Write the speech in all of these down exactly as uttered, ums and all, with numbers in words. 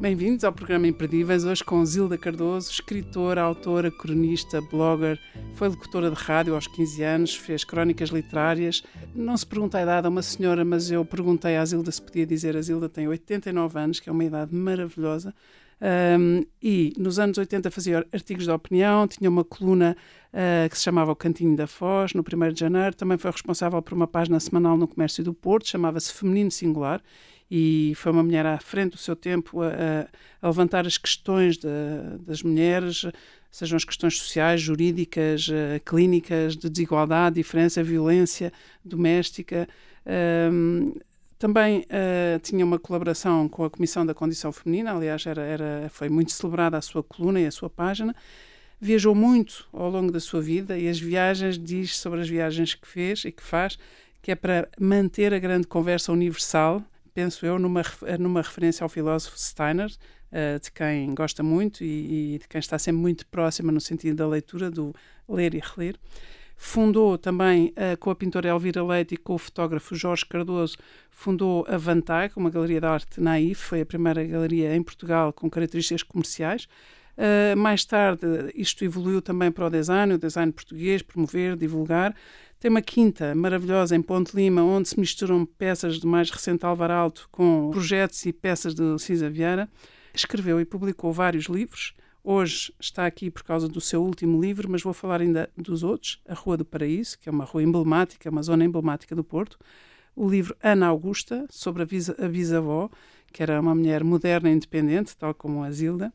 Bem-vindos ao programa Imperdíveis, hoje com Zilda Cardoso, escritora, autora, cronista, blogger, foi locutora de rádio aos quinze anos, fez crónicas literárias. Não se pergunta a idade a uma senhora, mas eu perguntei à Zilda se podia dizer. A Zilda tem oitenta e nove anos, que é uma idade maravilhosa, um, e nos anos oitenta fazia artigos de opinião, tinha uma coluna uh, que se chamava O Cantinho da Foz, no primeiro de janeiro, também foi responsável por uma página semanal no Comércio do Porto, chamava-se Feminino Singular, e foi uma mulher à frente do seu tempo a, a levantar as questões de, das mulheres, sejam as questões sociais, jurídicas, uh, clínicas, de desigualdade, diferença, violência doméstica. Um, também uh, tinha uma colaboração com a Comissão da Condição Feminina, aliás, era, era, foi muito celebrada a sua coluna e a sua página. Viajou muito ao longo da sua vida e as viagens, diz sobre as viagens que fez e que faz, que é para manter a grande conversa universal, penso eu, numa, numa referência ao filósofo Steiner, uh, de quem gosta muito e, e de quem está sempre muito próxima no sentido da leitura, do ler e reler. Fundou também, uh, com a pintora Elvira Leite e com o fotógrafo Jorge Cardoso, fundou a Vantag, uma galeria de arte naif, foi a primeira galeria em Portugal com características comerciais. Uh, mais tarde, isto evoluiu também para o design, o design português, promover, divulgar. Tem uma quinta maravilhosa em Ponte Lima, onde se misturam peças do mais recente Álvaro Alto com projetos e peças de Cisa Vieira. Escreveu e publicou vários livros. Hoje está aqui por causa do seu último livro, mas vou falar ainda dos outros. A Rua do Paraíso, que é uma rua emblemática, uma zona emblemática do Porto. O livro Ana Augusta, sobre a, bisa, a bisavó, que era uma mulher moderna e independente, tal como a Zilda.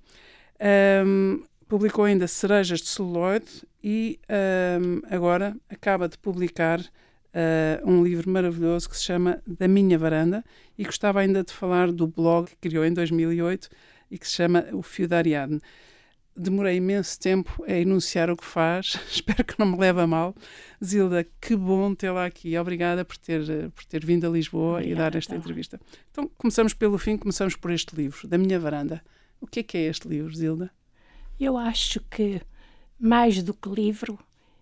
Um, publicou ainda Cerejas de Celuloide e um, agora acaba de publicar uh, um livro maravilhoso que se chama Da Minha Varanda, e gostava ainda de falar do blog que criou em dois mil e oito e que se chama O Fio da Ariadne. Demorei imenso tempo a enunciar o que faz, espero que não me leve a mal. Zilda, que bom tê-la aqui, obrigada por ter, por ter vindo a Lisboa obrigada, e dar esta então. entrevista. Então começamos pelo fim, começamos por este livro, Da Minha Varanda. O que é que é este livro, Zilda? Eu acho que, mais do que livro,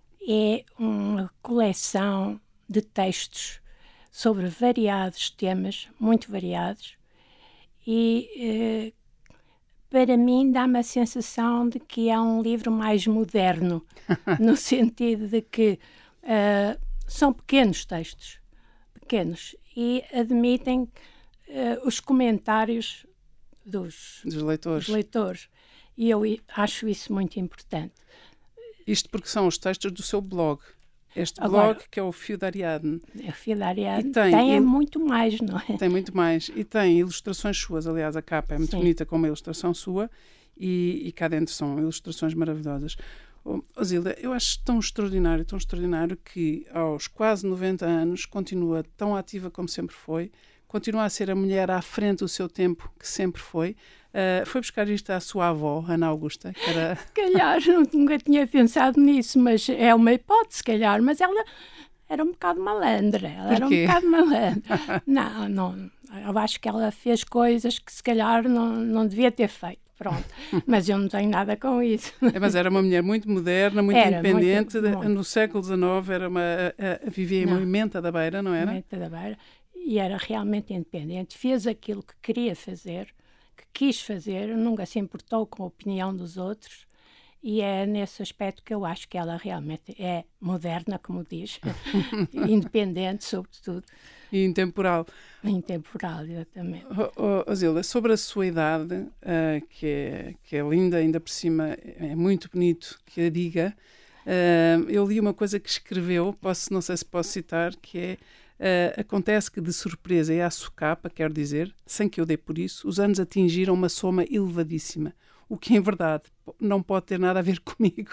é uma coleção de textos sobre variados temas, muito variados, e eh, para mim dá-me a sensação de que é um livro mais moderno, no sentido de que uh, são pequenos textos, pequenos, e admitem uh, os comentários dos, dos leitores. dos leitores. E eu acho isso muito importante. Isto porque são os textos do seu blog. Este Agora, blog que é o Fio da Ariadne. É o Fio da Ariadne. E tem, tem il... muito mais, não é? Tem muito mais. E tem ilustrações suas. Aliás, a capa é muito Sim. bonita, com uma ilustração sua. E, e cá dentro são ilustrações maravilhosas. Oh, Zilda, eu acho tão extraordinário, tão extraordinário que aos quase noventa anos continua tão ativa como sempre foi. Continua a ser a mulher à frente do seu tempo, que sempre foi. Uh, foi buscar isto à sua avó, Ana Augusta, que era... Se calhar, nunca tinha pensado nisso, mas é uma hipótese, se calhar. Mas ela era um bocado malandra. Ela era um bocado malandra. Não, não. Eu acho que ela fez coisas que se calhar não, não devia ter feito. Pronto. Mas eu não tenho nada com isso. É, mas era uma mulher muito moderna, muito era, independente. Muito, muito. No século dezenove era uma, a, a, vivia em não. Moimenta da Beira, não era? Moimenta da Beira. E era realmente independente. Fez aquilo que queria fazer, que quis fazer, nunca se importou com a opinião dos outros, e é nesse aspecto que eu acho que ela realmente é moderna, como diz, independente, sobretudo. E intemporal. Intemporal, exatamente. Oh, oh, Zilda, sobre a sua idade, uh, que, é, que é linda, ainda por cima é muito bonito que a diga, uh, eu li uma coisa que escreveu, posso, não sei se posso citar, que é Uh, acontece que de surpresa e à socapa, quero dizer, sem que eu dê por isso, os anos atingiram uma soma elevadíssima, o que em verdade não pode ter nada a ver comigo.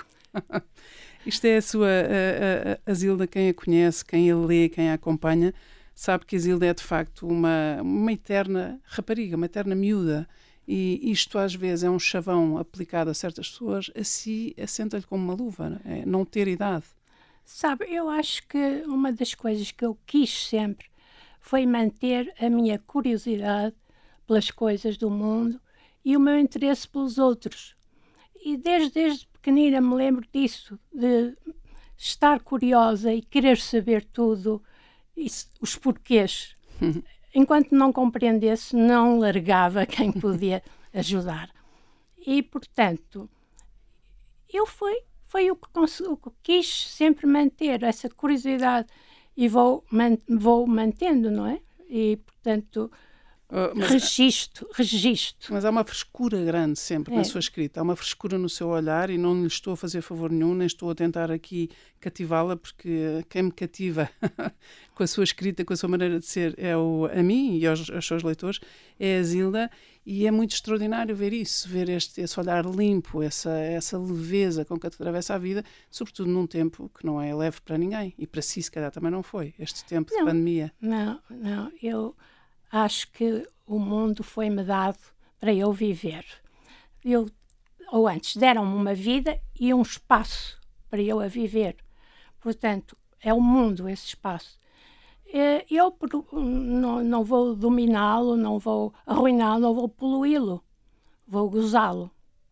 Isto é a sua, a, a, a Zilda, quem a conhece, quem a lê, quem a acompanha, sabe que a Zilda é de facto uma, uma eterna rapariga, uma eterna miúda, e isto às vezes é um chavão aplicado a certas pessoas, a si assenta-lhe como uma luva, é não ter idade. Sabe, eu acho que uma das coisas que eu quis sempre foi manter a minha curiosidade pelas coisas do mundo e o meu interesse pelos outros. E desde, desde pequenina me lembro disso, de estar curiosa e querer saber tudo, isso, os porquês. Enquanto não compreendesse, não largava quem podia ajudar. E, portanto, eu fui, foi o que, o que quis sempre manter, essa curiosidade, e vou, man, vou mantendo, não é? E, portanto, uh, mas, registro, registro. Mas há uma frescura grande sempre é. na sua escrita, há uma frescura no seu olhar e não lhe estou a fazer favor nenhum, nem estou a tentar aqui cativá-la, porque quem me cativa com a sua escrita, com a sua maneira de ser, é o, a mim e aos, aos seus leitores, é a Zilda, e é muito extraordinário ver isso, ver este, esse olhar limpo, essa, essa leveza com que atravessa a vida, sobretudo num tempo que não é leve para ninguém, e para si se calhar também não foi, este tempo não, de pandemia. Não, não, eu acho que o mundo foi-me dado para eu viver. Eu, ou antes, deram-me uma vida e um espaço para eu a viver. Portanto, é o mundo esse espaço. Eu não, não vou dominá-lo, não vou arruiná-lo, não vou poluí-lo, vou gozá-lo.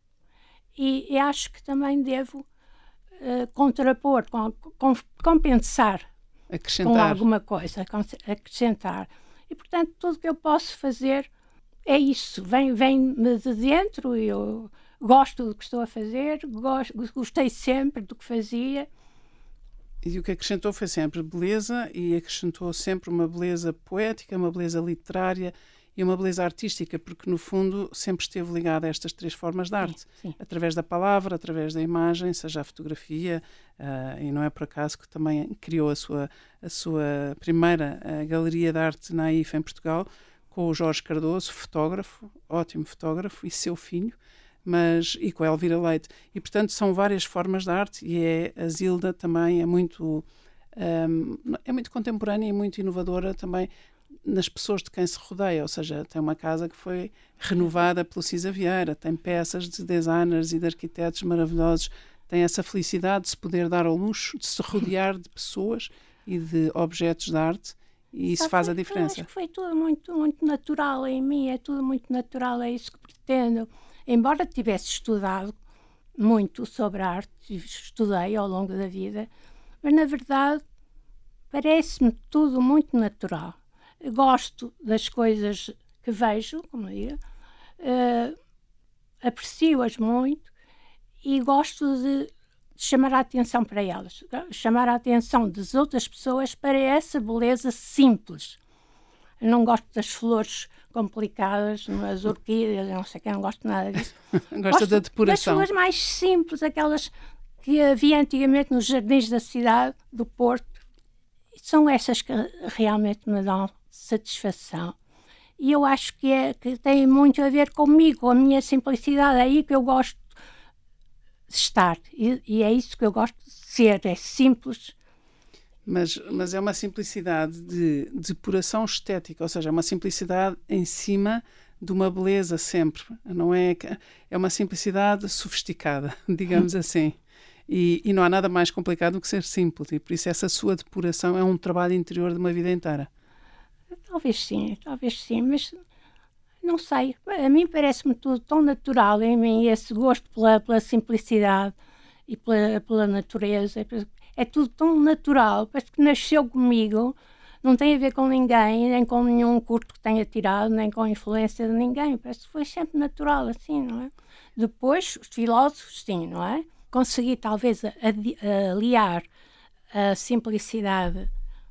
E, e acho que também devo uh, contrapor, com, com, compensar com alguma coisa, acrescentar. E, portanto, tudo que eu posso fazer é isso, vem, vem-me de dentro, eu gosto do que estou a fazer, gosto, gostei sempre do que fazia. E o que acrescentou foi sempre beleza, e acrescentou sempre uma beleza poética, uma beleza literária e uma beleza artística, porque no fundo sempre esteve ligada a estas três formas de arte, sim, sim. Através da palavra, através da imagem, seja a fotografia, uh, e não é por acaso que também criou a sua, a sua primeira uh, galeria de arte na A I F em Portugal, com o Jorge Cardoso, fotógrafo, ótimo fotógrafo, e seu filho, mas, e com a Elvira Leite. E, portanto, são várias formas de arte, e é, a Zilda também é muito, um, é muito contemporânea e muito inovadora também nas pessoas de quem se rodeia, ou seja, tem uma casa que foi renovada pelo Cisa Vieira, tem peças de designers e de arquitetos maravilhosos, tem essa felicidade de se poder dar ao luxo, de se rodear de pessoas e de objetos de arte, e isso faz a diferença. Acho que foi tudo muito, muito natural em mim, é tudo muito natural, é isso que pretendo. Embora tivesse estudado muito sobre arte, estudei ao longo da vida, mas na verdade parece-me tudo muito natural. Gosto das coisas que vejo, como eu digo, uh, aprecio-as muito e gosto de chamar a atenção para elas, chamar a atenção das outras pessoas para essa beleza simples. Eu não gosto das flores complicadas, as orquídeas, não sei o que, não gosto nada disso. Gosto da depuração. Das flores mais simples, aquelas que havia antigamente nos jardins da cidade do Porto. São essas que realmente me dão satisfação. E eu acho que, é, que tem muito a ver comigo, com a minha simplicidade. É aí que eu gosto de estar. E, e é isso que eu gosto de ser, é simples. Mas, mas é uma simplicidade de depuração estética, ou seja, é uma simplicidade em cima de uma beleza sempre. Não é, é uma simplicidade sofisticada, digamos assim. E, e não há nada mais complicado do que ser simples. E por isso essa sua depuração é um trabalho interior de uma vida inteira. Talvez sim, talvez sim, mas não sei. A mim parece-me tudo tão natural em mim, esse gosto pela, pela simplicidade e pela, pela natureza. É tudo tão natural, parece que nasceu comigo, não tem a ver com ninguém, nem com nenhum curto que tenha tirado, nem com a influência de ninguém. Parece que foi sempre natural, assim, não é? Depois, os filósofos, sim, não é? Consegui, talvez, aliar a simplicidade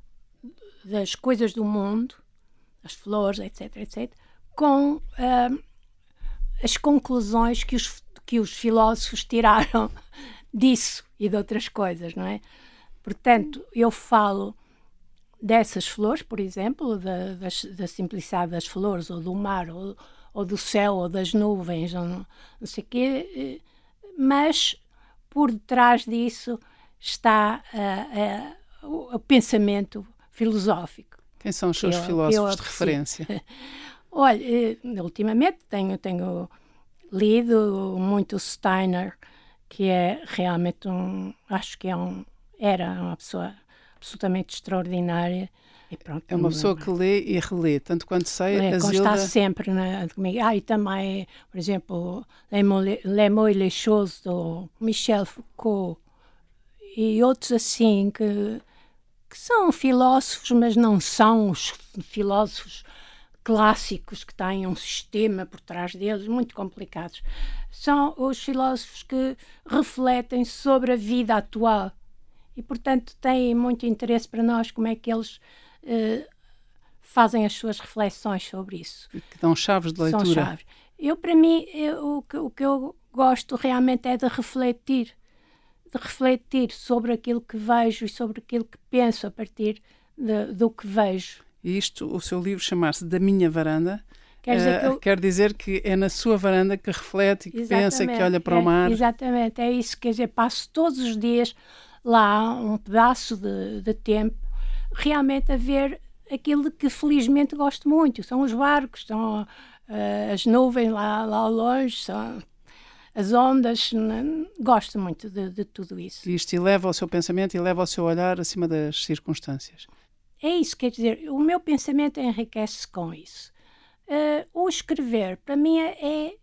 das coisas do mundo, as flores, etc, etcétera, com uh, as conclusões que os, que os filósofos tiraram disso e de outras coisas, não é? Portanto, eu falo dessas flores, por exemplo, da, das, da simplicidade das flores, ou do mar, ou, ou do céu, ou das nuvens, ou não, não sei o quê, mas por detrás disso está uh, uh, o pensamento filosófico. Quem são os seus eu, filósofos eu de referência? Olha, ultimamente tenho, tenho lido muito Steiner, que é realmente um, acho que é um, era uma pessoa absolutamente extraordinária. E pronto, é uma pessoa que lê e relê, tanto quanto sei, é, a Zilda... Está sempre na, comigo. Ah, e também, por exemplo, Les Mots et les Choses, do Michel Foucault, e outros assim, que, que são filósofos, mas não são os filósofos clássicos que têm um sistema por trás deles, muito complicados. São os filósofos que refletem sobre a vida atual e, portanto, têm muito interesse para nós como é que eles uh, fazem as suas reflexões sobre isso. Que dão chaves de leitura. São chaves. Eu, para mim, eu, o, que, o que eu gosto realmente é de refletir, de refletir sobre aquilo que vejo e sobre aquilo que penso a partir de, do que vejo. E isto, o seu livro chamar-se Da Minha Varanda, quer dizer, uh, que eu... quer dizer que é na sua varanda que reflete, que exatamente, pensa, que olha para é, o mar. Exatamente, é isso. Quer dizer, passo todos os dias lá um pedaço de, de tempo realmente a ver aquilo que felizmente gosto muito. São os barcos, são uh, as nuvens lá, lá ao longe, são as ondas. Né? Gosto muito de, de tudo isso. E isto eleva o seu pensamento e eleva o seu olhar acima das circunstâncias. É isso, quer dizer, o meu pensamento enriquece com isso. Uh, o escrever, para mim, é...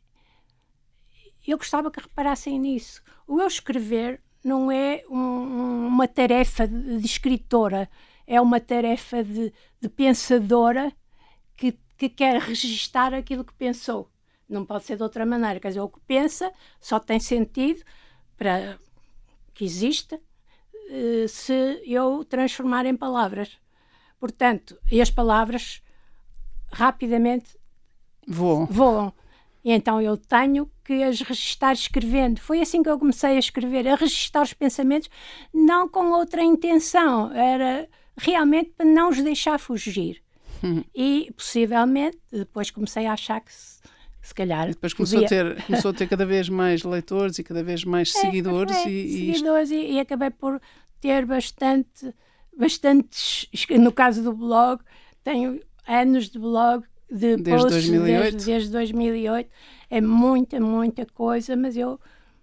Eu gostava que reparassem nisso. O eu escrever não é um, uma tarefa de, de escritora, é uma tarefa de, de pensadora que, que quer registar aquilo que pensou. Não pode ser de outra maneira. Quer dizer, o que pensa só tem sentido para que exista uh, se eu transformar em palavras. Portanto, e as palavras rapidamente voam. voam. E então eu tenho que as registar escrevendo. Foi assim que eu comecei a escrever, a registar os pensamentos, não com outra intenção, era realmente para não os deixar fugir. Hum. E, possivelmente, depois comecei a achar que se, se calhar... E depois começou, podia... a ter, começou a ter cada vez mais leitores e cada vez mais é, seguidores. É, e, seguidores e, e acabei por ter bastante... bastantes, no caso do blog, tenho anos de blog, de desde posts dois mil e oito. Desde, desde dois mil e oito, é muita, muita coisa, mas eu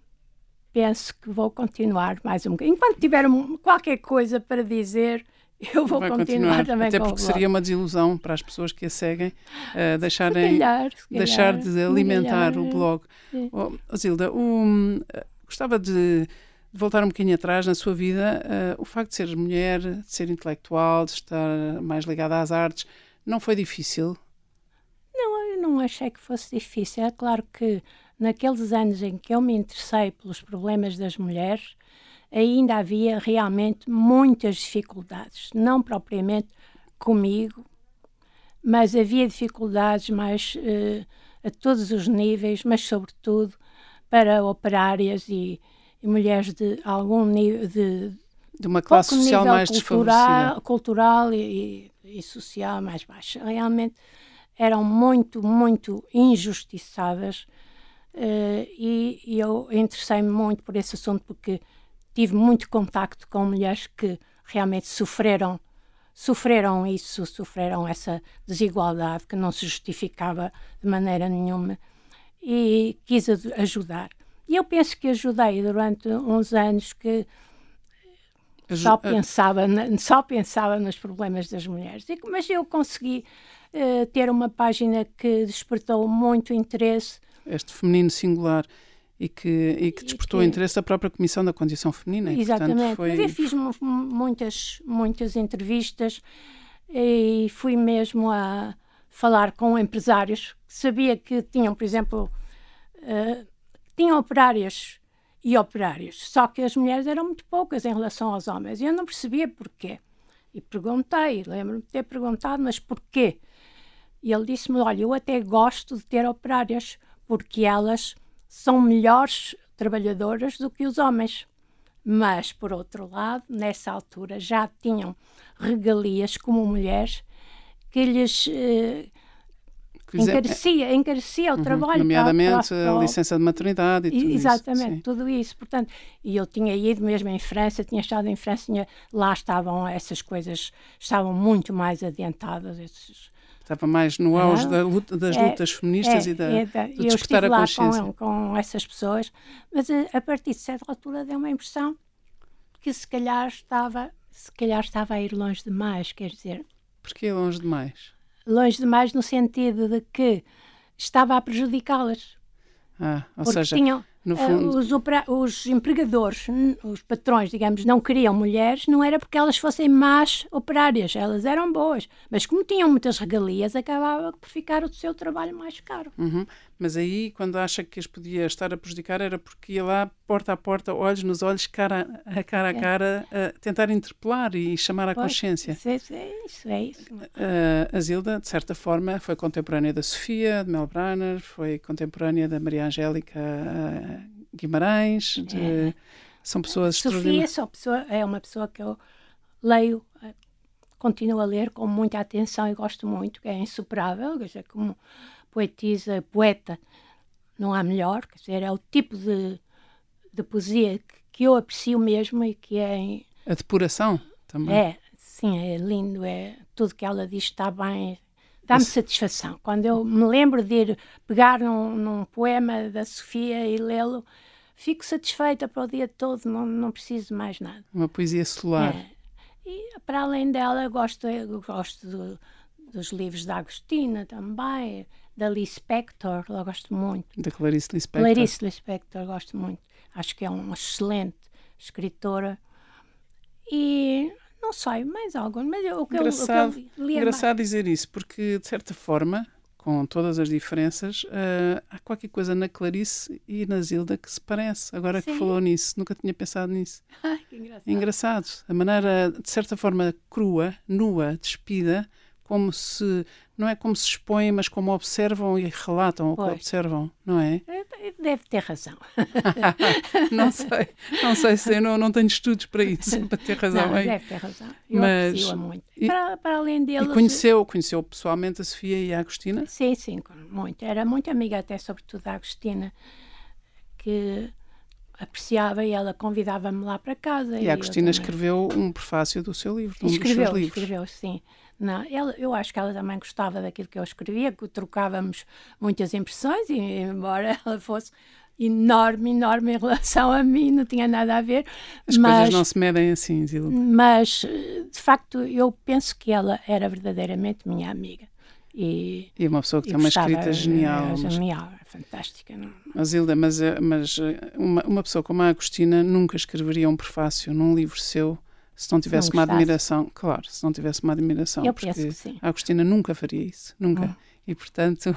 penso que vou continuar mais um bocadinho. Enquanto tiver qualquer coisa para dizer, eu vou continuar, continuar também até com o blog. Até porque seria uma desilusão para as pessoas que a seguem uh, deixarem, se calhar, se calhar, deixar de alimentar calhar, o blog. Oh, oh, Zilda, um, gostava de De voltar um bocadinho atrás na sua vida, uh, o facto de ser mulher, de ser intelectual, de estar mais ligada às artes, não foi difícil? Não, eu não achei que fosse difícil. É claro que naqueles anos em que eu me interessei pelos problemas das mulheres, ainda havia realmente muitas dificuldades. Não propriamente comigo, mas havia dificuldades mais uh, a todos os níveis, mas sobretudo para operárias e e mulheres de algum nível de, de uma classe social mais desfavorecida, cultural e, e, e social mais baixa. Realmente eram muito, muito injustiçadas uh, e, e eu interessei-me muito por esse assunto porque tive muito contacto com mulheres que realmente sofreram, sofreram isso, sofreram essa desigualdade que não se justificava de maneira nenhuma e quis ajudar. E eu penso que ajudei durante uns anos que só pensava, só pensava nos problemas das mulheres. Mas eu consegui uh, ter uma página que despertou muito interesse. Este feminino singular e que, e que despertou o interesse da própria Comissão da Condição Feminina. E, exatamente. Portanto, foi... Mas eu fiz muitas, muitas entrevistas e fui mesmo a falar com empresários que sabia que tinham, por exemplo... Uh, tinham operárias e operários, só que as mulheres eram muito poucas em relação aos homens. E eu não percebia porquê. E perguntei, lembro-me de ter perguntado, mas porquê? E ele disse-me, olha, eu até gosto de ter operárias, porque elas são melhores trabalhadoras do que os homens. Mas, por outro lado, nessa altura já tinham regalias como mulheres que lhes... Eh, Encarecia, encarecia o uhum, trabalho. nomeadamente para, para, para, a licença de maternidade e tudo exatamente, isso. Exatamente, tudo isso. Portanto, e eu tinha ido mesmo em França, tinha estado em França, tinha, lá estavam essas coisas, estavam muito mais adiantadas. Esses, Estava mais no auge ah, da luta, das é, lutas feministas é, e da, é, da, de despertar a consciência. Com, com essas pessoas, mas a, a partir de certa altura deu uma impressão que se calhar estava, se calhar estava a ir longe demais, quer dizer... Porquê longe demais? Longe demais no sentido de que estava a prejudicá-las. Ah, ou seja, tinham... No fundo... uh, os, opera... os empregadores, os patrões, digamos, não queriam mulheres, não era porque elas fossem más operárias, elas eram boas, mas como tinham muitas regalias, acabava por ficar o seu trabalho mais caro. Uhum. Mas aí, quando acha que as podia estar a prejudicar, era porque ia lá, porta a porta, olhos nos olhos, cara a cara, a cara é. a tentar interpelar e chamar à pois, consciência. É isso, é isso. Uh, a Zilda, de certa forma, foi contemporânea da Sofia, de Mel Brainer, foi contemporânea da Maria Angélica uh, Guimarães, de... é. São pessoas extraordinárias. Sofia pessoa, é uma pessoa que eu leio, continuo a ler com muita atenção e gosto muito, que é insuperável, quer dizer, como poetisa, poeta, não há melhor, quer dizer, é o tipo de, de poesia que, que eu aprecio mesmo e que é... A depuração também. É, sim, é lindo, é, tudo que ela diz está bem, dá-me Isso. satisfação. Quando eu me lembro de ir pegar num, num poema da Sofia e lê-lo, fico satisfeita para o dia todo, não, não preciso de mais nada. Uma poesia solar. É. E para além dela, eu gosto, eu gosto de, dos livros da Agostina também, da Lispector, eu gosto muito. Da Clarice Lispector. Clarice Lispector, gosto muito. Acho que é uma excelente escritora. E não sei, mais algo. Mas eu, o que engraçado eu, o que eu li engraçado mais... dizer isso, porque de certa forma, com todas as diferenças, uh, há qualquer coisa na Clarice e na Zilda que se parece. Agora Sim. que falou nisso, nunca tinha pensado nisso. Ai, que engraçado. É engraçado. A maneira, de certa forma, crua, nua, despida, como se, não é como se expõem, mas como observam e relatam pois. o que observam, não é? Deve ter razão. não sei, não sei se eu não, não tenho estudos para isso, para ter razão. Não, aí. Deve ter razão. Eu mas, aprecio-a muito. E, para, para além deles... E conheceu, conheceu pessoalmente a Sofia e a Agostina? Sim, sim, muito. Era muito amiga até, sobretudo, da Agostina, que apreciava e ela convidava-me lá para casa. E, e a Agostina escreveu um prefácio do seu livro, de um escreveu, dos seus livros. Escreveu, sim. Não, ela, eu acho que ela também gostava daquilo que eu escrevia, que trocávamos muitas impressões, e embora ela fosse enorme, enorme em relação a mim, não tinha nada a ver. As mas, coisas não se medem assim, Zilda. Mas, de facto, eu penso que ela era verdadeiramente minha amiga. E, e uma pessoa que e tem uma gostava, escrita genial. É, genial, é fantástica. Não? Mas, Zilda, mas, mas uma, uma pessoa como a Agostina nunca escreveria um prefácio num livro seu se não tivesse não uma admiração, claro, se não tivesse uma admiração, eu porque penso que sim. a Agostina nunca faria isso, nunca. Hum. E, portanto,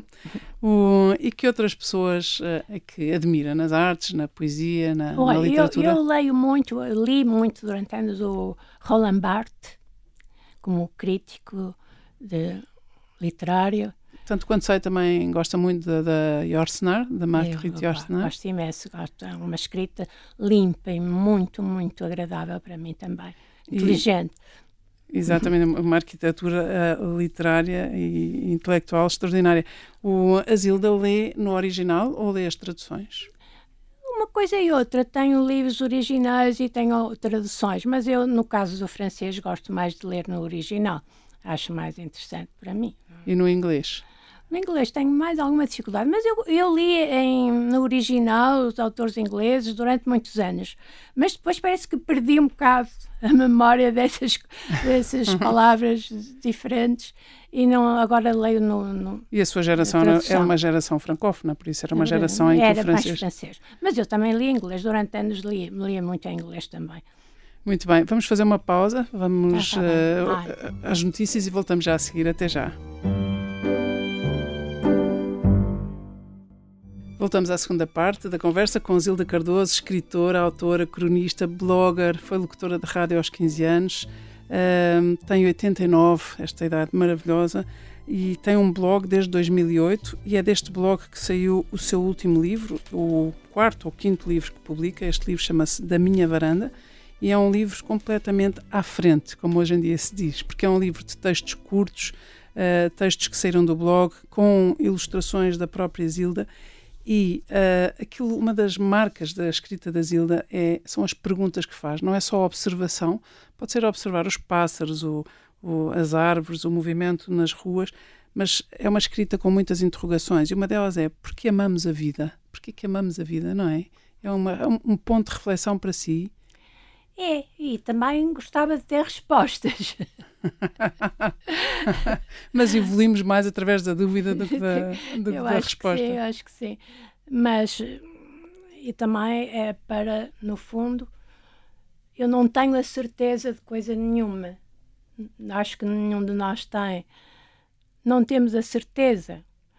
o, e que outras pessoas é que admira nas artes, na poesia, na, Olha, na literatura? Eu, eu leio muito, eu li muito durante anos o Roland Barthes, como crítico de literário. Tanto quanto sei, também gosta muito da, da Yourcenar, da Marguerite Yourcenar. Gosto imenso, gosto. É uma escrita limpa e muito, muito agradável para mim também. Inteligente. E, exatamente, uma arquitetura uh, literária e intelectual extraordinária. O, a Zilda lê no original ou lê as traduções? Uma coisa e outra. Tenho livros originais e tenho traduções, mas eu, no caso do francês, gosto mais de ler no original. Acho mais interessante para mim. E no inglês? No inglês tenho mais alguma dificuldade, mas eu, eu li em, no original os autores ingleses durante muitos anos, mas depois parece que perdi um bocado a memória dessas, dessas palavras diferentes e não, agora leio no, no E a sua geração era uma geração francófona, por isso era uma geração em que era o francês... mais francês. Mas eu também li inglês, durante anos li, lia muito em inglês também. Muito bem, vamos fazer uma pausa, vamos ah, tá uh, às notícias e voltamos já a seguir. Até já. Voltamos à segunda parte da conversa com Zilda Cardoso, escritora, autora, cronista, blogger, foi locutora de rádio aos quinze anos, uh, tem oitenta e nove, esta idade maravilhosa, e tem um blog desde dois mil e oito, e é deste blog que saiu o seu último livro, o quarto ou quinto livro que publica. Este livro chama-se Da Minha Varanda, e é um livro completamente à frente, como hoje em dia se diz, porque é um livro de textos curtos, uh, textos que saíram do blog, com ilustrações da própria Zilda. E uh, aquilo, uma das marcas da escrita da Zilda é, são as perguntas que faz. Não é só a observação, pode ser observar os pássaros, o, o, as árvores, o movimento nas ruas, mas é uma escrita com muitas interrogações. E uma delas é: porquê amamos a vida? Porquê que amamos a vida, não é? É uma, um ponto de reflexão para si. É, e também gostava de ter respostas. Mas evoluímos mais através da dúvida do que da, do, eu da acho resposta. Que sim, eu acho que sim. Mas e também é para, no fundo, eu não tenho a certeza de coisa nenhuma. Acho que nenhum de nós tem. Não temos a certeza.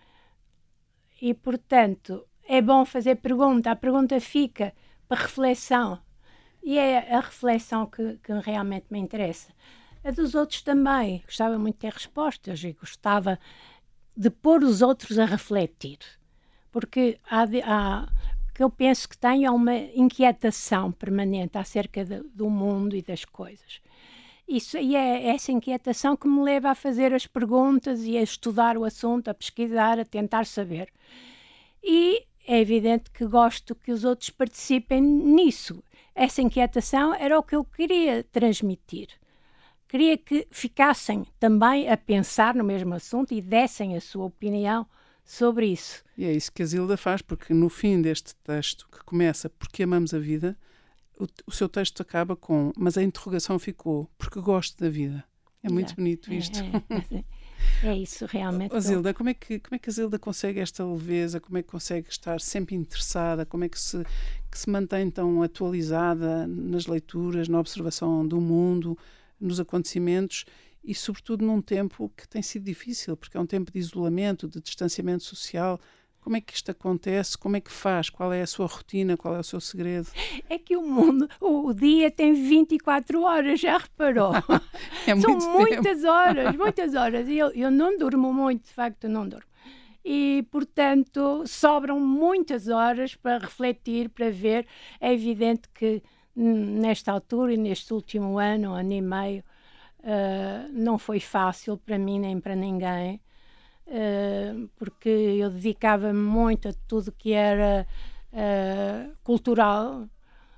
E, portanto, é bom fazer pergunta. A pergunta fica para reflexão. E é a reflexão que, que realmente me interessa. A dos outros também. Gostava muito de ter respostas e gostava de pôr os outros a refletir. Porque há, há que eu penso que tenho uma inquietação permanente acerca de, do mundo e das coisas. Isso, e é essa inquietação que me leva a fazer as perguntas e a estudar o assunto, a pesquisar, a tentar saber. E é evidente que gosto que os outros participem nisso. Essa inquietação era o que eu queria transmitir. Queria que ficassem também a pensar no mesmo assunto e dessem a sua opinião sobre isso. E é isso que a Zilda faz, porque no fim deste texto, que começa Porque Amamos a Vida, o, o seu texto acaba com mas a interrogação ficou, porque gosto da vida. É muito Exato. bonito isto. É, é, é isso realmente. Oh, Zilda, como é, que, como é que a Zilda consegue esta leveza? Como é que consegue estar sempre interessada? Como é que se, que se mantém tão atualizada nas leituras, na observação do mundo, nos acontecimentos e, sobretudo, num tempo que tem sido difícil, porque é um tempo de isolamento, de distanciamento social. Como é que isto acontece? Como é que faz? Qual é a sua rotina? Qual é o seu segredo? É que o mundo, o dia tem vinte e quatro horas, já reparou? É muito São tempo. muitas horas, muitas horas. E eu, eu não durmo muito, de facto, não durmo. E, portanto, sobram muitas horas para refletir, para ver. É evidente que nesta altura e neste último ano, ano e meio, uh, não foi fácil para mim nem para ninguém. Uh, porque eu dedicava-me muito a tudo que era uh, cultural,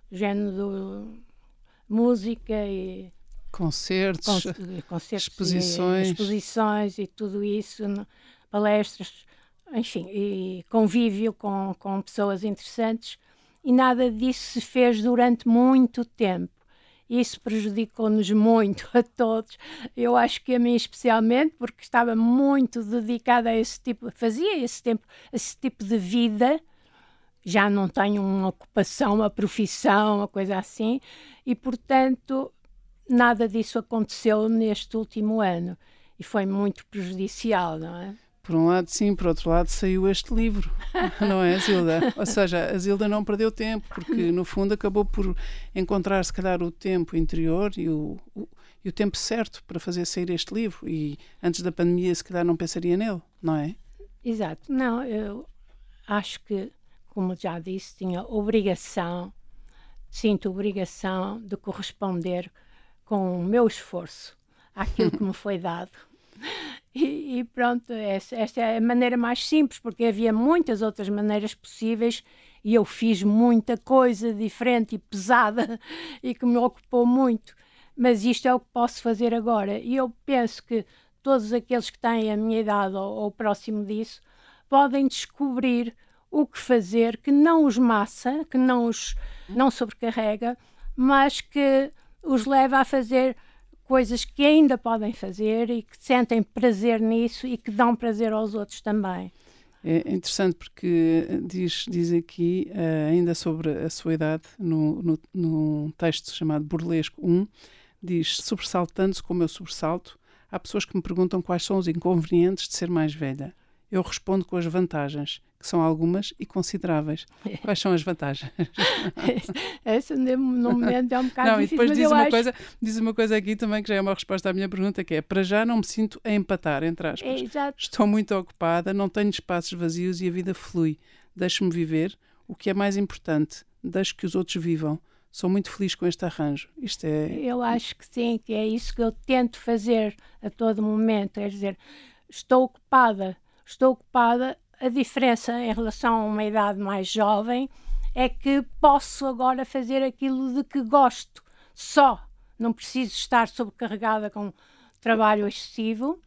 género de música e concertos, con concertos exposições. E, exposições e tudo isso, palestras, enfim, e convívio com, com pessoas interessantes, e nada disso se fez durante muito tempo. Isso prejudicou-nos muito a todos. Eu acho que a mim especialmente, porque estava muito dedicada a esse tipo, fazia esse, tempo, esse tipo de vida. Já não tenho uma ocupação, uma profissão, uma coisa assim. E, portanto, nada disso aconteceu neste último ano. E foi muito prejudicial, não é? Por um lado, sim, por outro lado, saiu este livro, não é, Zilda? Ou seja, a Zilda não perdeu tempo, porque no fundo acabou por encontrar, se calhar, o tempo interior e o, o, e o tempo certo para fazer sair este livro. E antes da pandemia, se calhar, não pensaria nele, não é? Exato. Não, eu acho que, como já disse, tinha obrigação, sinto obrigação de corresponder com o meu esforço àquilo que me foi dado. E, e pronto, essa, esta é a maneira mais simples, porque havia muitas outras maneiras possíveis e eu fiz muita coisa diferente e pesada e que me ocupou muito, mas isto é o que posso fazer agora. E eu penso que todos aqueles que têm a minha idade ou, ou próximo disso podem descobrir o que fazer que não os massa, que não os não sobrecarrega, mas que os leva a fazer coisas que ainda podem fazer e que sentem prazer nisso e que dão prazer aos outros também. É interessante porque diz, diz aqui, uh, ainda sobre a sua idade, no, no, num texto chamado Burlesco um, diz: sobressaltando-se como eu sobressalto, há pessoas que me perguntam quais são os inconvenientes de ser mais velha. Eu respondo com as vantagens, que são algumas e consideráveis. Quais são as vantagens? Essa no momento é um bocado não, difícil, e depois mas diz eu uma, acho... coisa, diz uma coisa aqui também que já é uma resposta à minha pergunta, que é: para já não me sinto a empatar, entre aspas. É, exato. Estou muito ocupada, não tenho espaços vazios e a vida flui. Deixo-me viver, o que é mais importante, deixo que os outros vivam. Sou muito feliz com este arranjo. Isto é... Eu acho que sim, que é isso que eu tento fazer a todo momento, é dizer, estou ocupada, estou ocupada. A diferença em relação a uma idade mais jovem é que posso agora fazer aquilo de que gosto, só. Não preciso estar sobrecarregada com trabalho excessivo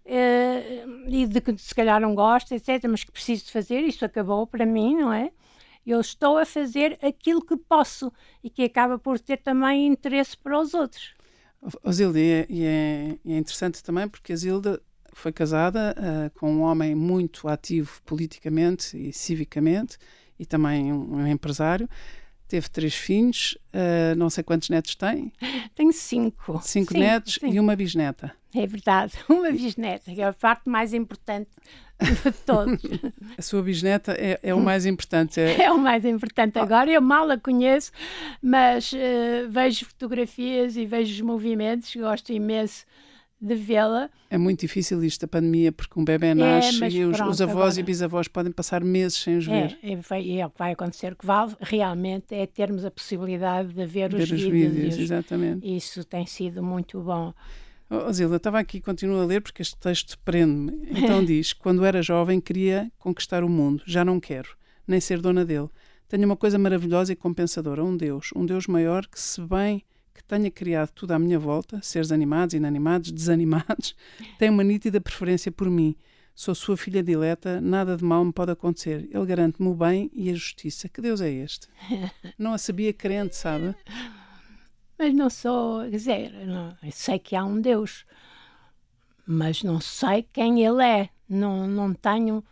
eh, e de que se calhar não gosto, etcétera, mas que preciso de fazer. Isso acabou para mim, não é? Eu estou a fazer aquilo que posso e que acaba por ter também interesse para os outros. A Zilda, e é, e é, é interessante também porque a Zilda foi casada uh, com um homem muito ativo politicamente e civicamente e também um, um empresário. Teve três filhos, uh, não sei quantos netos tem. Tenho cinco. Cinco sim, netos sim. E uma bisneta. É verdade, uma bisneta, que é a parte mais importante de todos. A sua bisneta é, é o mais importante. É... é o mais importante agora, eu mal a conheço, mas uh, vejo fotografias e vejo os movimentos, gosto imenso de vê-la. É muito difícil isto, a pandemia, porque um bebê nasce é, e os, pronto, os avós agora... e bisavós podem passar meses sem os ver. É, é, é o que vai acontecer. O que vale realmente é termos a possibilidade de ver, ver os, os vídeos. vídeos. Exatamente. Isso tem sido muito bom. Oh, Zilda, estava aqui, continuo a ler porque este texto prende-me. Então diz, quando era jovem queria conquistar o mundo, já não quero, nem ser dona dele. Tenho uma coisa maravilhosa e compensadora, um Deus, um Deus maior que, se bem que tenha criado tudo à minha volta, seres animados, inanimados, desanimados, tem uma nítida preferência por mim. Sou sua filha dileta, nada de mal me pode acontecer. Ele garante-me o bem e a justiça. Que Deus é este? Não a sabia crente, sabe? Mas não sou, quer dizer, não, eu sei que há um Deus, mas não sei quem ele é. Não, não tenho,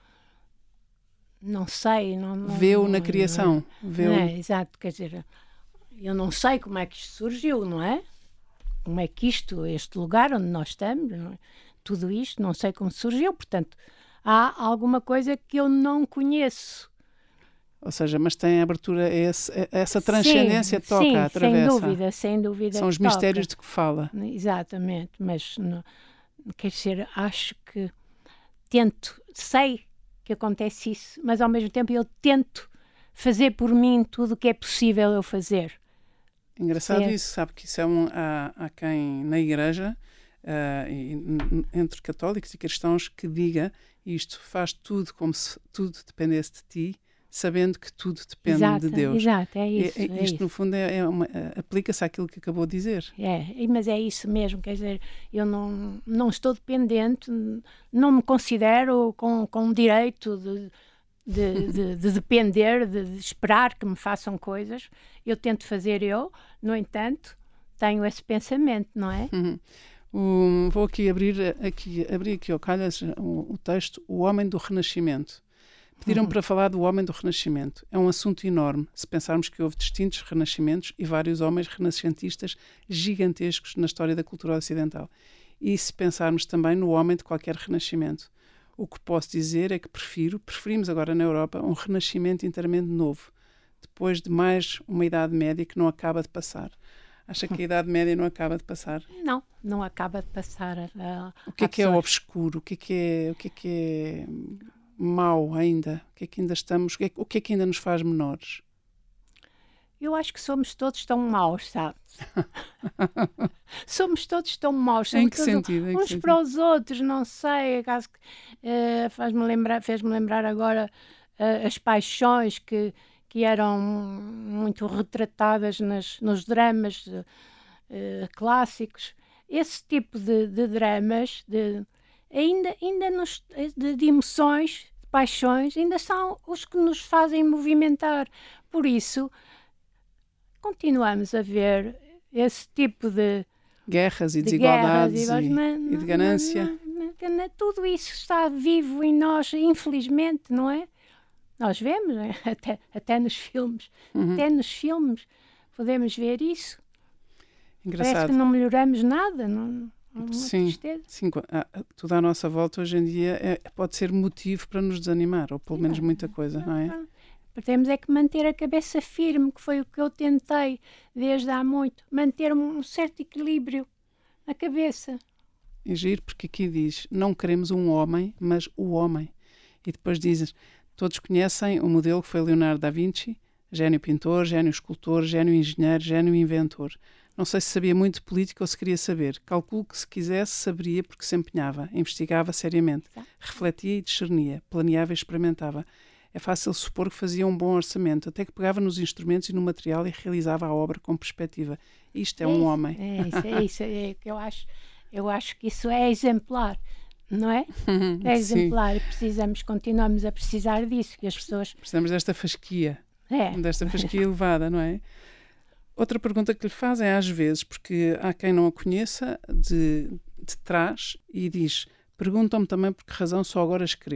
não sei. Não, não, Vê-o não, na criação. Não, Vê-o... não é, exato, quer dizer, eu não sei como é que isto surgiu, não é? Como é que isto, este lugar onde nós estamos, não é? Tudo isto, não sei como surgiu, portanto, há alguma coisa que eu não conheço. Ou seja, mas tem abertura a, esse, a essa transcendência sim, toca, sim, atravessa. sem dúvida, sem dúvida. São os toca. mistérios de que fala. Exatamente, mas não, quer dizer, acho que tento, sei que acontece isso, mas ao mesmo tempo eu tento fazer por mim tudo o que é possível eu fazer. Engraçado é. isso, sabe que isso é um, há, há quem na igreja, uh, e, entre católicos e cristãos, que diga isto, faz tudo como se tudo dependesse de ti, sabendo que tudo depende exato, de Deus. Exato, é isso. É, é, é isto, isso. no fundo, é, é uma, aplica-se àquilo que acabou de dizer. É, mas é isso mesmo, quer dizer, eu não, não estou dependente, não me considero com, com direito de, de, de, de depender, de, de esperar que me façam coisas. Eu tento fazer eu, no entanto, tenho esse pensamento, não é? Uhum. Um, vou aqui abrir, aqui, abrir aqui ao calhas o, o texto O Homem do Renascimento. Pediram para falar do homem do Renascimento. É um assunto enorme, se pensarmos que houve distintos renascimentos e vários homens renascentistas gigantescos na história da cultura ocidental. E se pensarmos também no homem de qualquer renascimento. O que posso dizer é que prefiro, preferimos agora na Europa, um renascimento inteiramente novo, depois de mais uma Idade Média que não acaba de passar. Acha que a Idade Média não acaba de passar? Não, não acaba de passar. Uh, o que é que é obscuro? O que é que é... O que é, que é... mau ainda? O que é que ainda estamos... O que é que ainda nos faz menores? Eu acho que somos todos tão maus, sabe? Somos todos tão maus. Em que sentido? Em que uns sentido? Para os outros, não sei. Acaso que, uh, faz-me lembrar, fez-me lembrar agora uh, as paixões que, que eram muito retratadas nas, nos dramas uh, clássicos. Esse tipo de, de dramas... de ainda, ainda nos, de, de emoções, de paixões, ainda são os que nos fazem movimentar. Por isso, continuamos a ver esse tipo de... Guerras e de desigualdades guerras, e, e, mas, e de ganância. Não, não, não, tudo isso está vivo em nós, infelizmente, não é? Nós vemos, né? até, até nos filmes, uhum. até nos filmes podemos ver isso. Engraçado. Parece que não melhoramos nada, não... Sim, sim, tudo à nossa volta hoje em dia é, pode ser motivo para nos desanimar, ou pelo sim, menos muita coisa, não é? Temos é que manter a cabeça firme, que foi o que eu tentei desde há muito, manter um certo equilíbrio na cabeça. É giro, porque aqui diz, não queremos um homem, mas o homem. E depois dizes, todos conhecem o modelo que foi Leonardo da Vinci, gênio pintor, gênio escultor, gênio engenheiro, gênio inventor. Não sei se sabia muito de política ou se queria saber. Calculo que se quisesse, saberia porque se empenhava, investigava seriamente, refletia e discernia, planeava e experimentava. É fácil supor que fazia um bom orçamento, até que pegava nos instrumentos e no material e realizava a obra com perspectiva. Isto é, é um isso, homem. É isso, é isso. É que eu acho, eu acho que isso é exemplar, não é? É exemplar e precisamos, continuamos a precisar disso. Que as pessoas... Precisamos desta fasquia, é. desta fasquia elevada, não é? Outra pergunta que lhe fazem às vezes, porque há quem não a conheça, de, de trás, e diz, perguntam-me também por que razão só agora escrevo.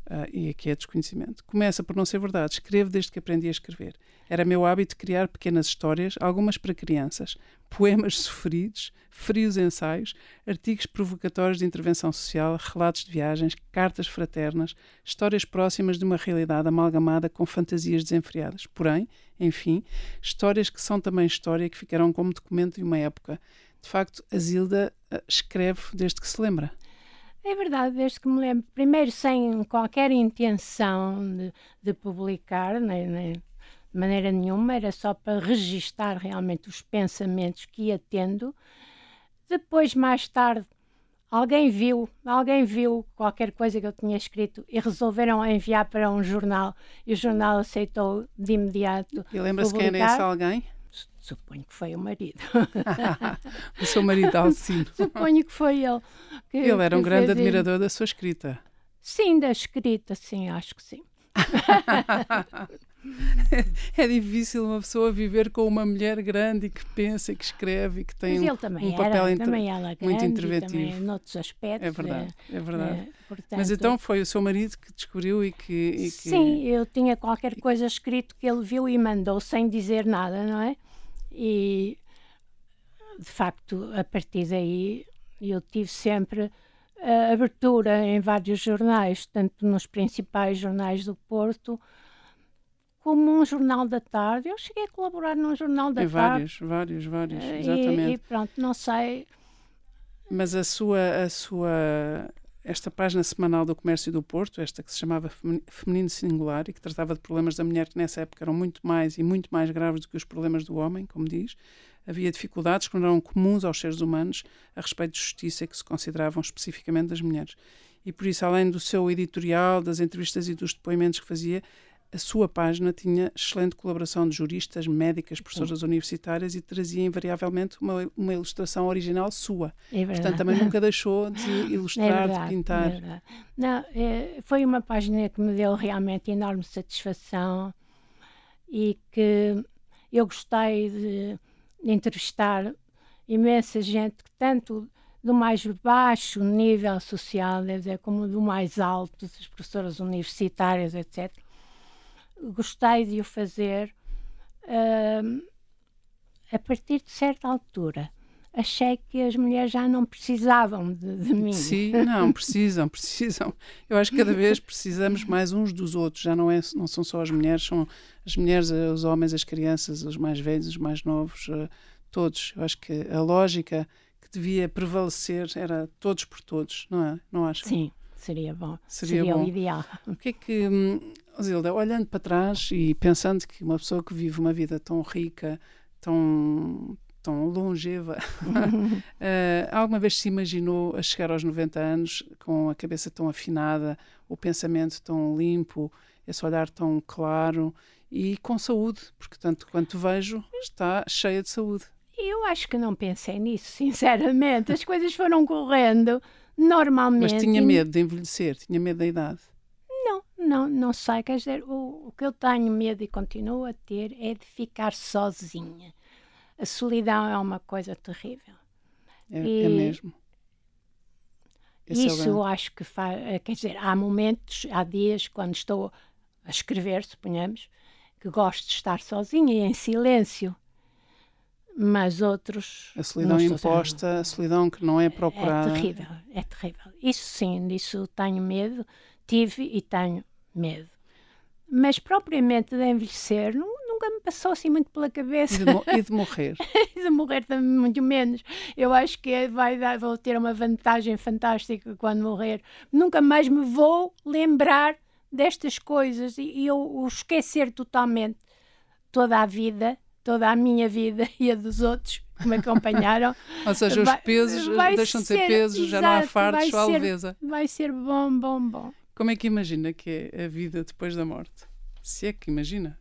Uh, e aqui é desconhecimento. Começa por não ser verdade. Escrevo desde que aprendi a escrever. Era meu hábito criar pequenas histórias, algumas para crianças, poemas sofridos, frios ensaios, artigos provocatórios de intervenção social, relatos de viagens, cartas fraternas, histórias próximas de uma realidade amalgamada com fantasias desenfreadas. Porém, enfim, histórias que são também história, que ficaram como documento de uma época. De facto, a Zilda uh, escreve desde que se lembra. É verdade, desde que me lembro, primeiro sem qualquer intenção de, de publicar, nem, nem de maneira nenhuma, era só para registar realmente os pensamentos que ia tendo. Depois, mais tarde, alguém viu, alguém viu qualquer coisa que eu tinha escrito e resolveram enviar para um jornal, e o jornal aceitou de imediato. E lembra-se quem era esse alguém? Suponho que foi o marido. O seu marido Alcino. Suponho que foi ele. Que, ele era um grande fez... admirador da sua escrita. Sim, da escrita, sim, acho que sim. É difícil uma pessoa viver com uma mulher grande e que pensa e que escreve e que tem um, um papel era, inter... também ela grande, muito interventivo. Também, noutros aspectos. É verdade, é, é verdade. É, portanto, mas então foi o seu marido que descobriu e que, e que... Sim, eu tinha qualquer coisa escrito que ele viu e mandou sem dizer nada, não é? E, de facto, a partir daí eu tive sempre a abertura em vários jornais, tanto nos principais jornais do Porto, como um jornal da tarde. Eu cheguei a colaborar num jornal da em tarde. Vários, vários, vários, exatamente. E, e pronto, não sei... Mas a sua... A sua... Esta página semanal do Comércio do Porto, esta que se chamava Feminino Singular e que tratava de problemas da mulher que nessa época eram muito mais e muito mais graves do que os problemas do homem, como diz. Havia dificuldades que não eram comuns aos seres humanos a respeito de justiça que se consideravam especificamente das mulheres. E por isso, além do seu editorial, das entrevistas e dos depoimentos que fazia, a sua página tinha excelente colaboração de juristas, médicas, professoras Sim. universitárias e trazia invariavelmente uma, uma ilustração original sua. É Portanto, também nunca deixou de ilustrar, é verdade, de pintar. É verdade. Não, é, foi uma página que me deu realmente enorme satisfação e que eu gostei de, de entrevistar imensa gente, tanto do mais baixo nível social, quer dizer, como do mais alto, as professoras universitárias, etcétera. Gostei de o fazer uh, a partir de certa altura. Achei que as mulheres já não precisavam de, de mim. Sim, não, precisam, precisam. Eu acho que cada vez precisamos mais uns dos outros. Já não, é, não são só as mulheres, são as mulheres, os homens, as crianças, os mais velhos, os mais novos, uh, todos. Eu acho que a lógica que devia prevalecer era todos por todos, não é? Não acho? Sim. Seria bom, seria, seria bom. o ideal. O que é que, oh Zilda, olhando para trás e pensando que uma pessoa que vive uma vida tão rica, tão, tão longeva, uh, alguma vez se imaginou a chegar aos noventa anos com a cabeça tão afinada, o pensamento tão limpo, esse olhar tão claro e com saúde, porque tanto quanto vejo está cheia de saúde? Eu acho que não pensei nisso, sinceramente. As coisas foram correndo normalmente. Mas tinha medo de envelhecer? Tinha medo da idade? Não, não, não sei. Quer dizer, o, o que eu tenho medo e continuo a ter é de ficar sozinha. A solidão é uma coisa terrível. É, e, é mesmo. Esse isso é eu acho que faz... Quer dizer, há momentos, há dias, quando estou a escrever, suponhamos, que gosto de estar sozinha e em silêncio. Mas outros... A solidão imposta, a solidão que não é procurada. É terrível, é terrível. Isso sim, disso tenho medo, tive e tenho medo. Mas propriamente de envelhecer, nunca me passou assim muito pela cabeça. E de, mo e de morrer? E de morrer também muito menos. Eu acho que vai dar, vou ter uma vantagem fantástica quando morrer. Nunca mais me vou lembrar destas coisas e, e eu o esquecer totalmente toda a vida, toda a minha vida e a dos outros que me acompanharam. Ou seja, vai, os pesos deixam de ser, ser pesos, exato, já não há fardos, só a leveza. Vai ser bom, bom, bom. Como é que imagina que é a vida depois da morte? Se é que imagina?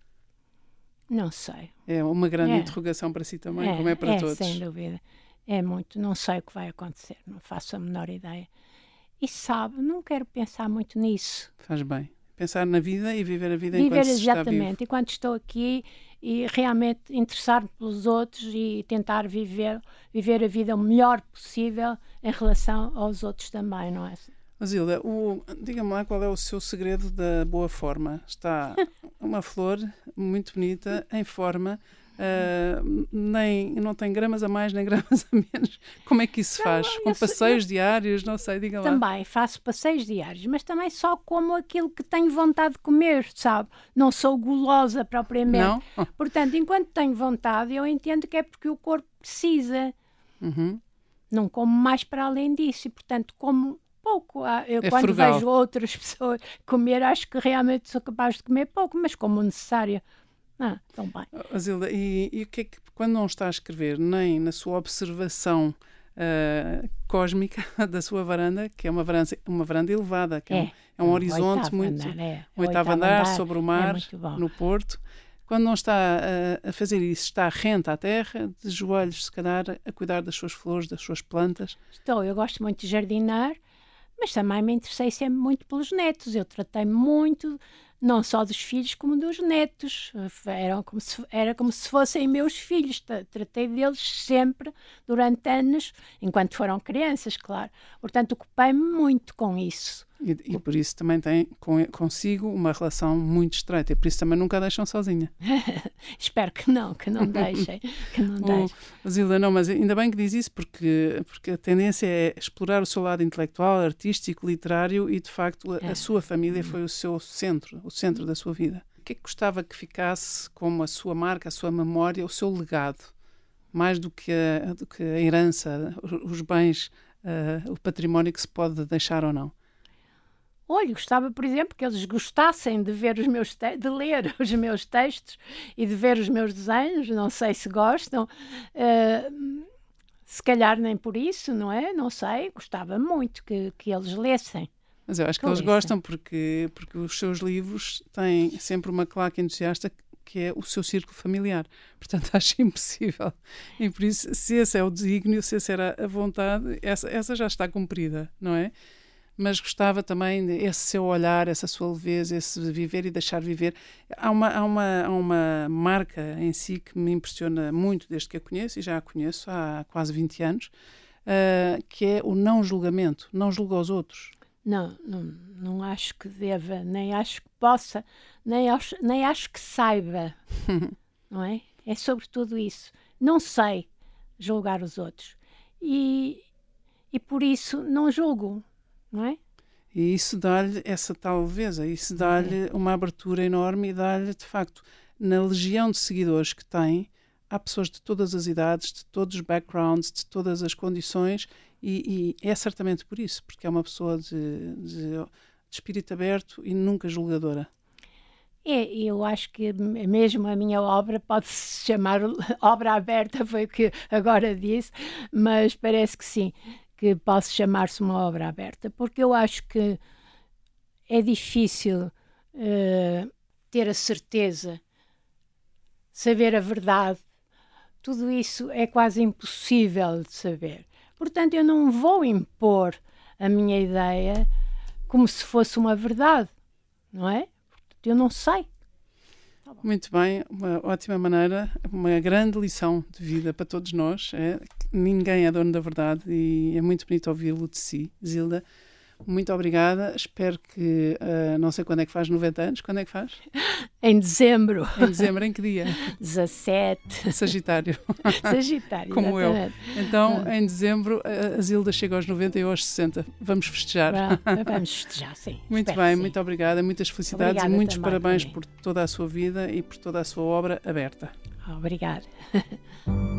Não sei. É uma grande é. interrogação para si também, é, como é para é, todos. Sem dúvida. É muito. Não sei o que vai acontecer, não faço a menor ideia. E sabe, não quero pensar muito nisso. Faz bem. Pensar na vida e viver a vida viver enquanto se está vivo. Exatamente, enquanto estou aqui e realmente interessar-me pelos outros e tentar viver, viver a vida o melhor possível em relação aos outros também, não é? Zilda, o, diga-me lá qual é o seu segredo da boa forma. Está uma flor muito bonita, em forma, uh, nem, não tem gramas a mais nem gramas a menos. Como é que isso se faz? Não, Com eu sei- passeios eu- diários? Não sei, diga lá. Também faço passeios diários, mas também só como aquilo que tenho vontade de comer, sabe? Não sou gulosa propriamente. Não? Oh, Portanto, enquanto tenho vontade, eu entendo que é porque o corpo precisa. uhum. Não como mais para além disso e, portanto, como pouco. Ah, Eu, É quando frugal. vejo outras pessoas comer, acho que realmente sou capaz de comer pouco, mas como necessário. Ah, tão bem. Oh, Zilda, e, e o que é que, quando não está a escrever, nem na sua observação uh, cósmica da sua varanda, que é uma varanda, uma varanda elevada, que é, um, É, é um o horizonte oitavo muito. andar, é. Um oitavo andar, sobre o é mar, muito bom. no Porto. Quando não está a, a fazer isso, está rente à terra, de joelhos, se calhar, a cuidar das suas flores, das suas plantas. Estou, eu gosto muito de jardinar, mas também me interessei sempre muito pelos netos. Eu tratei muito, não só dos filhos, como dos netos. Eram como se, era como se fossem meus filhos. Tra- Tratei deles sempre, durante anos, enquanto foram crianças, claro. Portanto, ocupei-me muito com isso. E, e por isso também tem com, consigo uma relação muito estreita. E por isso também nunca a deixam sozinha. Espero que não, que não deixem, que não deixem. O, Zilda, não, mas ainda bem que diz isso, porque, porque a tendência é explorar o seu lado intelectual, artístico, literário e, de facto, a, a sua família foi o seu centro, o centro da sua vida. O que é que gostava que ficasse como a sua marca, a sua memória, o seu legado? Mais do que a, do que a herança, os bens, uh, o património que se pode deixar ou não. Olha, gostava, por exemplo, que eles gostassem de ver os meus te- de ler os meus textos e de ver os meus desenhos. Não sei se gostam, eh, se calhar nem por isso, não é? Não sei. Gostava muito que, que eles lessem. Mas eu acho que Com eles isso. gostam porque, porque os seus livros têm sempre uma claque entusiasta que é o seu círculo familiar. Portanto, acho impossível. E por isso, se esse é o desígnio, se essa era a vontade, essa, essa já está cumprida, não é? Mas gostava também desse seu olhar, essa sua leveza, esse viver e deixar viver. Há uma, há uma, há uma marca em si que me impressiona muito desde que a conheço, e já a conheço há quase vinte anos, uh, que é o não julgamento. Não julga os outros. Não, não, não acho que deva, nem acho que possa, nem acho, nem acho que saiba, não é? É sobre tudo isso. Não sei julgar os outros. E, e por isso não julgo, não é? E isso dá-lhe essa tal leveza, isso dá-lhe uma abertura enorme e dá-lhe, de facto, na legião de seguidores que tem, há pessoas de todas as idades, de todos os backgrounds, de todas as condições, e, e é certamente por isso, porque é uma pessoa de, de, de espírito aberto e nunca julgadora. É, eu acho que mesmo a minha obra pode-se chamar obra aberta, foi o que agora disse, mas parece que sim, que posso chamar-se uma obra aberta, porque eu acho que é difícil uh, ter a certeza, saber a verdade, tudo isso é quase impossível de saber. Portanto, eu não vou impor a minha ideia como se fosse uma verdade, não é? Portanto, eu não sei. Muito bem, uma ótima maneira, uma grande lição de vida para todos nós. É, ninguém é dono da verdade e é muito bonito ouvi-lo de si, Zilda. Muito obrigada. Espero que, uh, não sei quando é que faz noventa anos, quando é que faz? Em dezembro. Em dezembro, em que dia? dezassete. Sagitário. Sagitário, Como exatamente. eu. Então, ah. em dezembro, a Zilda chega aos noventa e eu aos sessenta. Vamos festejar. Vamos festejar, sim. Muito Espero bem, sim. muito obrigada. Muitas felicidades Obrigada e muitos também, parabéns também. por toda a sua vida e por toda a sua obra aberta. Obrigada.